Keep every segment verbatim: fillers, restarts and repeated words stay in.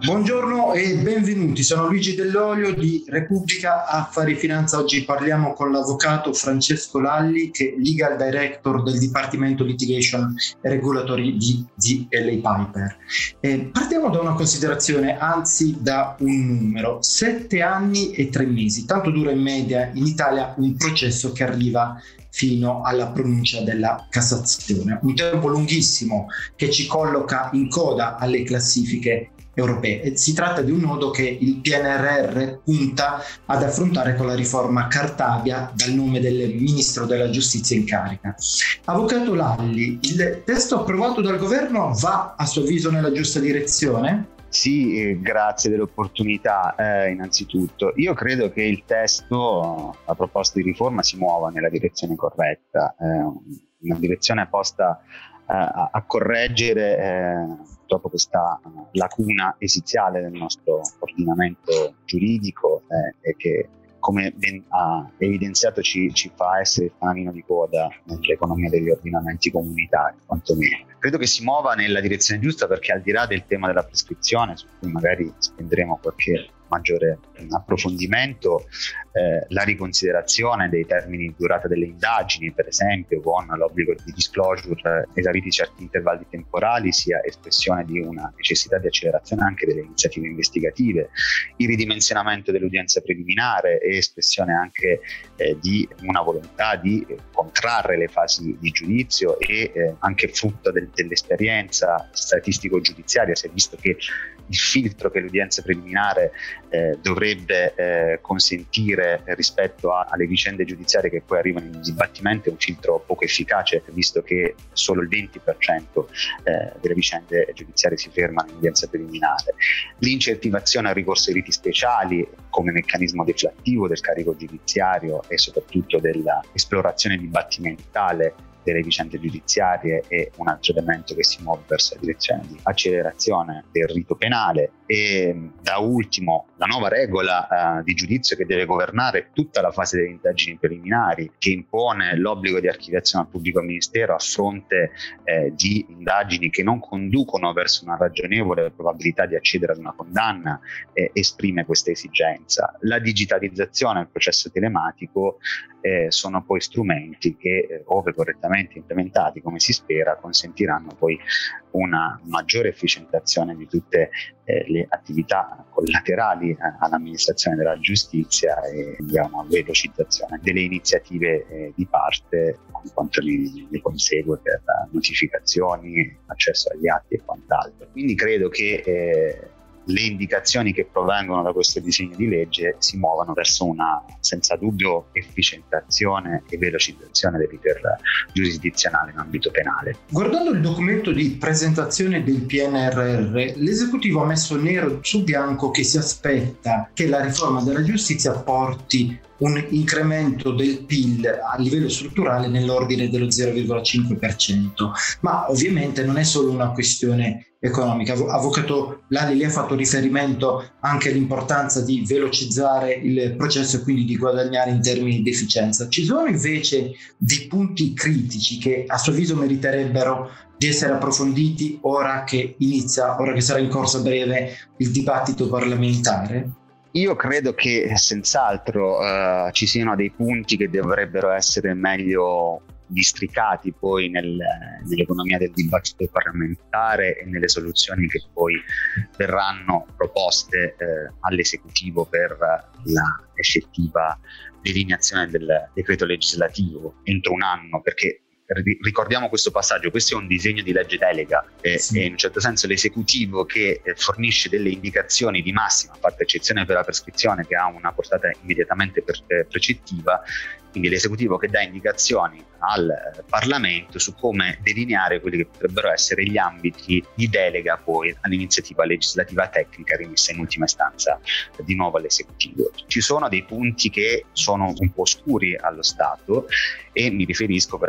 Buongiorno e benvenuti, sono Luigi Dell'Olio di Repubblica Affari Finanza. Oggi parliamo con l'avvocato Francesco Lalli, che è Legal Director del Dipartimento Litigation e Regulatory di D L A Piper. Eh, partiamo da una considerazione, anzi da un numero: sette anni e tre mesi, tanto dura in media in Italia un processo che arriva fino alla pronuncia della Cassazione. Un tempo lunghissimo che ci colloca in coda alle classifiche europee. E si tratta di un nodo che il P N R R punta ad affrontare con la riforma Cartabia, dal nome del Ministro della Giustizia in carica. Avvocato Lalli, il testo approvato dal governo va a suo avviso nella giusta direzione? Sì, eh, grazie dell'opportunità. Eh, innanzitutto, io credo che il testo, la proposta di riforma, si muova nella direzione corretta, eh, una direzione posta eh, a, a correggere eh, dopo questa lacuna esiziale del nostro ordinamento giuridico eh, e che, come ben ha evidenziato, ci, ci fa essere il fanalino di coda nell'economia degli ordinamenti comunitari, quantomeno. Credo che si muova nella direzione giusta perché, al di là del tema della prescrizione, su cui magari spenderemo qualche maggiore approfondimento, eh, la riconsiderazione dei termini di durata delle indagini, per esempio con l'obbligo di disclosure esauriti certi intervalli temporali, sia espressione di una necessità di accelerazione anche delle iniziative investigative, il ridimensionamento dell'udienza preliminare e espressione anche eh, di una volontà di eh, contrarre le fasi di giudizio e eh, anche frutto del, dell'esperienza statistico-giudiziaria. Si è visto che il filtro che l'udienza preliminare eh, dovrebbe eh, consentire rispetto a, alle vicende giudiziarie che poi arrivano in dibattimento è un filtro poco efficace, visto che solo il venti per cento eh, delle vicende giudiziarie si fermano in udienza preliminare. L'incentivazione al ricorso ai riti speciali come meccanismo deflattivo del carico giudiziario e soprattutto dell'esplorazione dibattimentale delle vicende giudiziarie è un altro elemento che si muove verso la direzione di accelerazione del rito penale. E da ultimo la nuova regola eh, di giudizio che deve governare tutta la fase delle indagini preliminari, che impone l'obbligo di archiviazione al pubblico ministero a fronte eh, di indagini che non conducono verso una ragionevole probabilità di accedere ad una condanna, eh, esprime questa esigenza. La digitalizzazione e il processo telematico eh, sono poi strumenti che, eh, ove correttamente implementati come si spera, consentiranno poi una maggiore efficientazione di tutte eh, le attività collaterali eh, all'amministrazione della giustizia e una velocizzazione delle iniziative eh, di parte con quanto ne, ne consegue per notificazioni, accesso agli atti e quant'altro. Quindi credo che eh, le indicazioni che provengono da questo disegno di legge si muovono verso una, senza dubbio, efficientazione e velocizzazione dell'iter giurisdizionale in ambito penale. Guardando il documento di presentazione del P N R R, l'esecutivo ha messo nero su bianco che si aspetta che la riforma della giustizia porti un incremento del P I L a livello strutturale nell'ordine dello zero virgola cinque per cento, ma ovviamente non è solo una questione economica. Avvocato Lalli, lei ha fatto riferimento anche all'importanza di velocizzare il processo e quindi di guadagnare in termini di efficienza. Ci sono invece dei punti critici che a suo avviso meriterebbero di essere approfonditi ora che inizia, ora che sarà in corso a breve il dibattito parlamentare? Io credo che senz'altro uh, ci siano dei punti che dovrebbero essere meglio districati poi nel, nell'economia del dibattito parlamentare e nelle soluzioni che poi verranno proposte eh, all'esecutivo per la effettiva delineazione del decreto legislativo entro un anno, perché ricordiamo questo passaggio: questo è un disegno di legge delega e, sì. e in un certo senso l'esecutivo che eh, fornisce delle indicazioni di massima, fatta eccezione per la prescrizione che ha una portata immediatamente per, eh, precettiva, quindi l'esecutivo che dà indicazioni al eh, Parlamento su come delineare quelli che potrebbero essere gli ambiti di delega poi all'iniziativa legislativa tecnica rimessa in ultima istanza eh, di nuovo all'esecutivo. Ci sono dei punti che sono un po' oscuri allo Stato e mi riferisco per esempio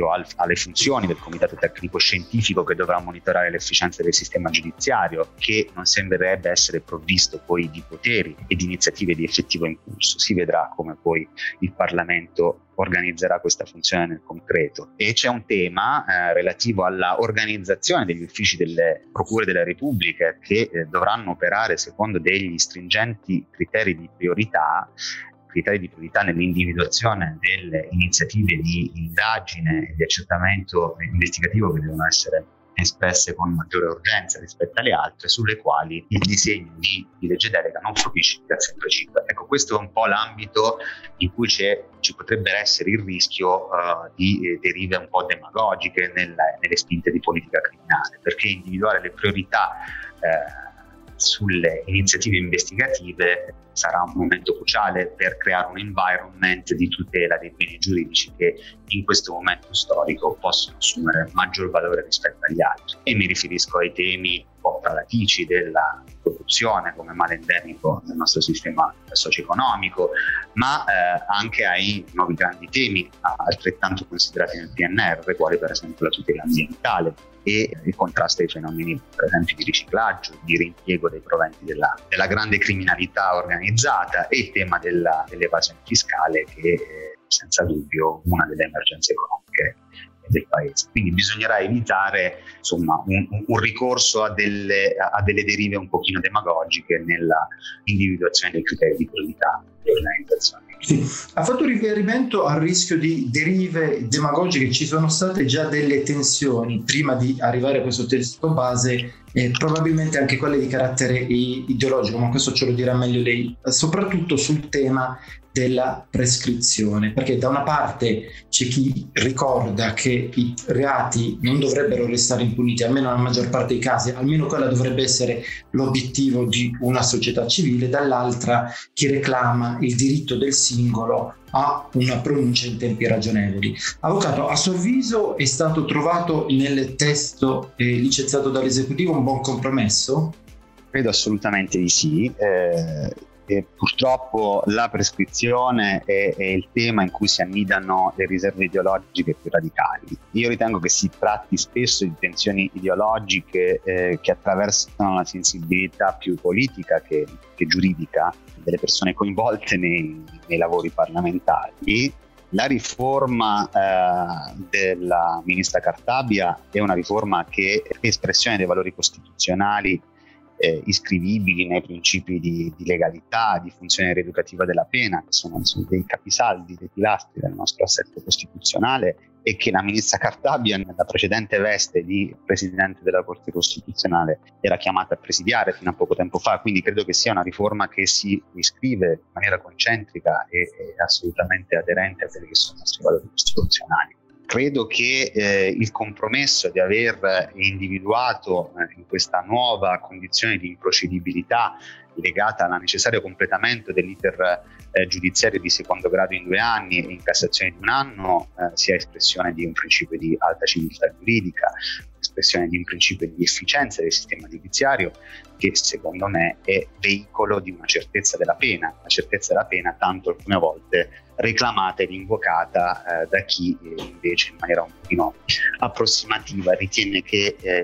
relativo al, alle funzioni del comitato tecnico scientifico che dovrà monitorare l'efficienza del sistema giudiziario, che non sembrerebbe essere provvisto poi di poteri e di iniziative di effettivo impulso. Si vedrà come poi il Parlamento organizzerà questa funzione nel concreto. E c'è un tema eh, relativo alla organizzazione degli uffici delle procure della Repubblica, che eh, dovranno operare secondo degli stringenti criteri di priorità criteri di priorità nell'individuazione delle iniziative di indagine e di accertamento investigativo che devono essere espresse con maggiore urgenza rispetto alle altre, sulle quali il disegno di, di legge delega non fornisce indicazioni precise. Ecco, questo è un po' l'ambito in cui c'è, ci potrebbe essere il rischio uh, di eh, derive un po' demagogiche nelle, nelle spinte di politica criminale, perché individuare le priorità eh, sulle iniziative investigative sarà un momento cruciale per creare un environment di tutela dei beni giuridici che in questo momento storico possono assumere maggior valore rispetto agli altri. E mi riferisco ai temi un po' tragici della corruzione come male endemico del nostro sistema socio-economico, ma eh, anche ai nuovi grandi temi altrettanto considerati nel P N R, quali per esempio la tutela ambientale e il contrasto ai fenomeni per esempio di riciclaggio, di reimpiego dei proventi della, della grande criminalità organizzata, e il tema della, dell'evasione fiscale, che è senza dubbio una delle emergenze economiche del paese. Quindi bisognerà evitare insomma un, un ricorso a delle, a delle derive un pochino demagogiche nella individuazione dei criteri di priorità delle organizzazioni. Sì. Ha fatto riferimento al rischio di derive demagogiche. Ci sono state già delle tensioni prima di arrivare a questo testo base, eh, probabilmente anche quelle di carattere ideologico, ma questo ce lo dirà meglio lei, soprattutto sul tema della prescrizione, perché da una parte c'è chi ricorda che i reati non dovrebbero restare impuniti, almeno nella maggior parte dei casi, almeno quella dovrebbe essere l'obiettivo di una società civile, dall'altra chi reclama il diritto del singolo a una pronuncia in tempi ragionevoli. Avvocato, a suo avviso è stato trovato nel testo eh, licenziato dall'esecutivo un buon compromesso? Credo assolutamente di sì. Eh... E purtroppo la prescrizione è, è il tema in cui si annidano le riserve ideologiche più radicali. Io ritengo che si tratti spesso di tensioni ideologiche eh, che attraversano la sensibilità più politica che, che giuridica delle persone coinvolte nei, nei lavori parlamentari. La riforma eh, della ministra Cartabia è una riforma che è espressione dei valori costituzionali Eh, iscrivibili nei principi di, di legalità, di funzione rieducativa della pena, che sono, sono dei capisaldi, dei pilastri del nostro assetto costituzionale, e che la ministra Cartabia, nella precedente veste di Presidente della Corte Costituzionale, era chiamata a presidiare fino a poco tempo fa. Quindi credo che sia una riforma che si iscrive in maniera concentrica e, e assolutamente aderente a quelli che sono i nostri valori costituzionali. Credo che eh, il compromesso di aver individuato eh, in questa nuova condizione di improcedibilità legata al necessario completamento dell'iter eh, giudiziario di secondo grado in due anni e in Cassazione di un anno eh, sia espressione di un principio di alta civiltà giuridica, espressione di un principio di efficienza del sistema giudiziario, che secondo me è veicolo di una certezza della pena, la certezza della pena tanto alcune volte reclamata ed invocata eh, da chi eh, invece in maniera un pochino approssimativa ritiene che eh,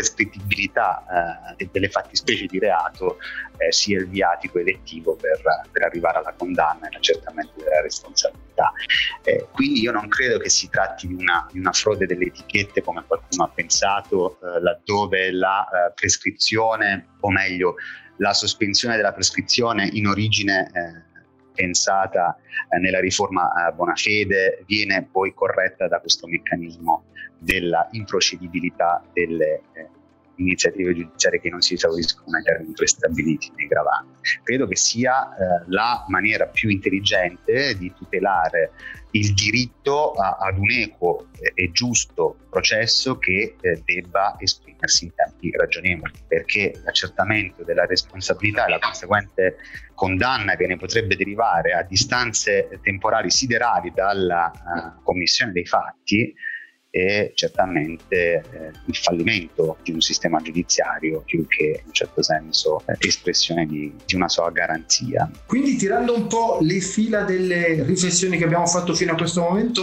l'imprescrittibilità eh, delle fattispecie di reato eh, sia il viatico elettivo per, per arrivare alla condanna e l'accertamento della responsabilità. Eh, quindi io non credo che si tratti di una, di una frode delle etichette, come qualcuno ha pensato, eh, laddove la eh, prescrizione, o meglio la sospensione della prescrizione in origine eh, pensata eh, nella riforma eh, Bonafede viene poi corretta da questo meccanismo della improcedibilità delle eh, iniziative giudiziarie che non si esauriscono nei termini prestabiliti nei gravanti. Credo che sia eh, la maniera più intelligente di tutelare il diritto a, ad un equo e giusto processo che eh, debba esprimersi in tempi ragionevoli, perché l'accertamento della responsabilità e la conseguente condanna che ne potrebbe derivare a distanze temporali siderali dalla uh, commissione dei fatti è certamente eh, il fallimento di un sistema giudiziario, più che in un certo senso eh, espressione di, di una sua garanzia. Quindi, tirando un po' le fila delle riflessioni che abbiamo fatto fino a questo momento,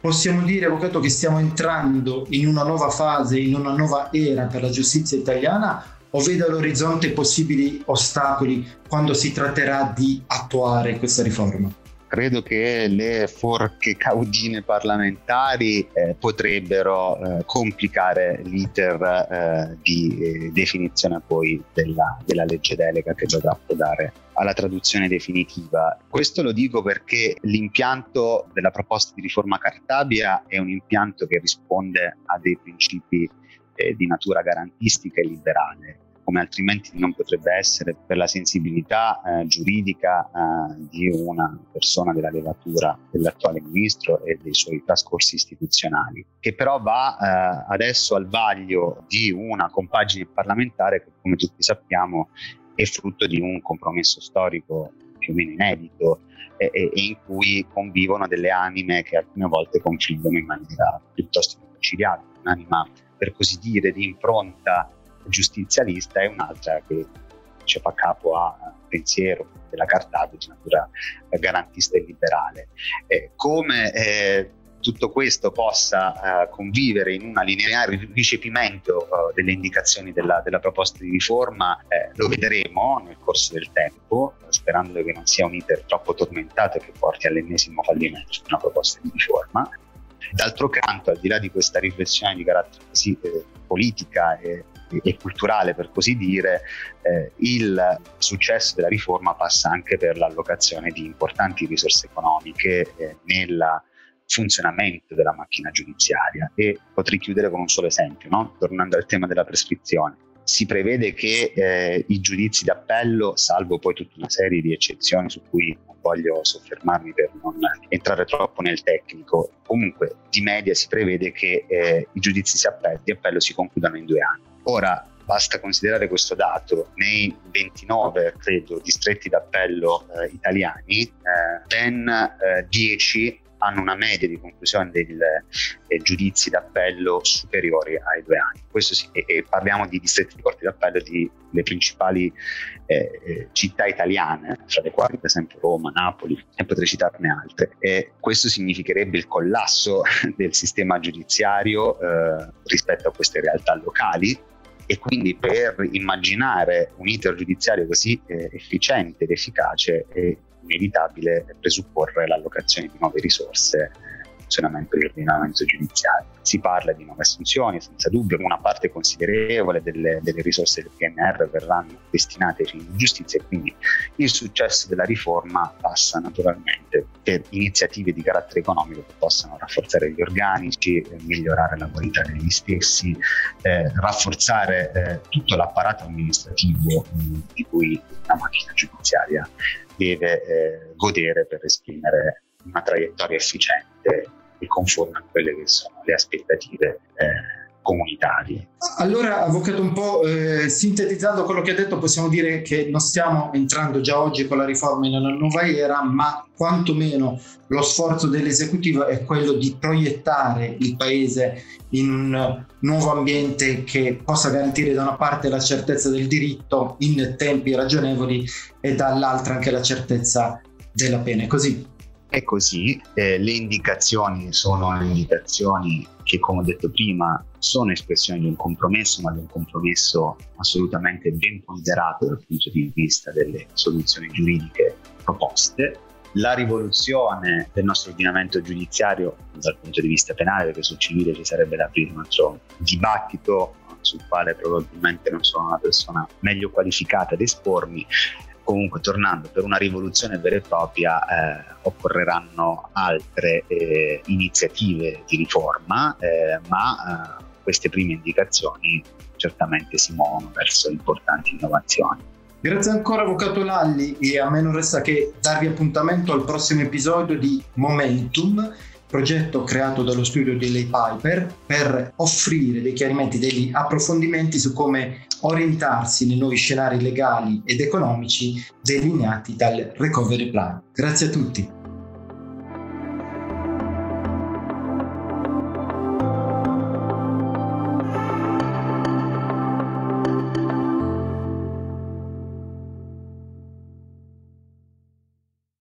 Possiamo dire, avvocato, che stiamo entrando in una nuova fase, in una nuova era per la giustizia italiana, o vede all'orizzonte possibili ostacoli quando si tratterà di attuare questa riforma? Credo che le forche caudine parlamentari eh, potrebbero eh, complicare l'iter eh, di eh, definizione poi della, della legge delega che dovrà approdare alla traduzione definitiva. Questo lo dico perché l'impianto della proposta di riforma Cartabia è un impianto che risponde a dei principi eh, di natura garantistica e liberale, come altrimenti non potrebbe essere per la sensibilità eh, giuridica eh, di una persona della levatura dell'attuale ministro e dei suoi trascorsi istituzionali, che però va eh, adesso al vaglio di una compagine parlamentare che, come tutti sappiamo, è frutto di un compromesso storico più o meno inedito e, e in cui convivono delle anime che alcune volte confliggono in maniera piuttosto conciliabile, un'anima per così dire di impronta giustizialista e un'altra che ci fa capo a pensiero della Cartabia di natura garantista e liberale. Eh, come eh, tutto questo possa eh, convivere in un lineare ricepimento eh, delle indicazioni della, della proposta di riforma eh, lo vedremo nel corso del tempo, sperando che non sia un iter troppo tormentato e che porti all'ennesimo fallimento di una proposta di riforma. D'altro canto, al di là di questa riflessione di carattere così eh, politica e e culturale, per così dire, eh, il successo della riforma passa anche per l'allocazione di importanti risorse economiche eh, nel funzionamento della macchina giudiziaria. E potrei chiudere con un solo esempio, no? Tornando al tema della prescrizione. Si prevede che eh, i giudizi d'appello, salvo poi tutta una serie di eccezioni su cui non voglio soffermarmi per non entrare troppo nel tecnico, comunque di media si prevede che eh, i giudizi di appello si concludano in due anni. Ora, basta considerare questo dato: nei ventinove, credo, distretti d'appello eh, italiani, eh, ben eh, dieci hanno una media di conclusione dei eh, giudizi d'appello superiori ai due anni. Questo sì, e, e parliamo di distretti di corti d'appello di le principali eh, eh, città italiane, fra le quali per esempio Roma, Napoli, e potrei citarne altre. E questo significherebbe il collasso del sistema giudiziario eh, rispetto a queste realtà locali. E quindi per immaginare un iter giudiziario così eh, efficiente ed efficace è inevitabile presupporre l'allocazione di nuove risorse nel funzionamento dell'ordinamento giudiziario. Si parla di nuove assunzioni, senza dubbio una parte considerevole delle, delle risorse del P N R verranno destinate ai fini di giustizia, e quindi il successo della riforma passa naturalmente per iniziative di carattere economico che possano rafforzare gli organici, eh, migliorare la qualità degli stessi, eh, rafforzare eh, tutto l'apparato amministrativo mh, di cui la macchina giudiziaria deve eh, godere per esprimere una traiettoria efficiente e conforme a quelle che sono le aspettative eh, comunitarie. Allora, avvocato, un po' eh, sintetizzando quello che ha detto, possiamo dire che non stiamo entrando già oggi con la riforma in una nuova era, ma quantomeno lo sforzo dell'esecutivo è quello di proiettare il paese in un nuovo ambiente che possa garantire da una parte la certezza del diritto in tempi ragionevoli e dall'altra anche la certezza della pena. È così? È così, eh, le indicazioni sono indicazioni che, come ho detto prima, sono espressioni di un compromesso, ma di un compromesso assolutamente ben ponderato dal punto di vista delle soluzioni giuridiche proposte. La rivoluzione del nostro ordinamento giudiziario dal punto di vista penale, perché sul civile ci sarebbe da aprire un altro dibattito sul quale probabilmente non sono una persona meglio qualificata ad espormi. Comunque, tornando, per una rivoluzione vera e propria eh, occorreranno altre eh, iniziative di riforma, eh, ma eh, queste prime indicazioni certamente si muovono verso importanti innovazioni. Grazie ancora, avvocato Lalli, e a me non resta che darvi appuntamento al prossimo episodio di Momentum, progetto creato dallo studio di Lay Piper per offrire dei chiarimenti, degli approfondimenti su come orientarsi nei nuovi scenari legali ed economici delineati dal Recovery Plan. Grazie a tutti.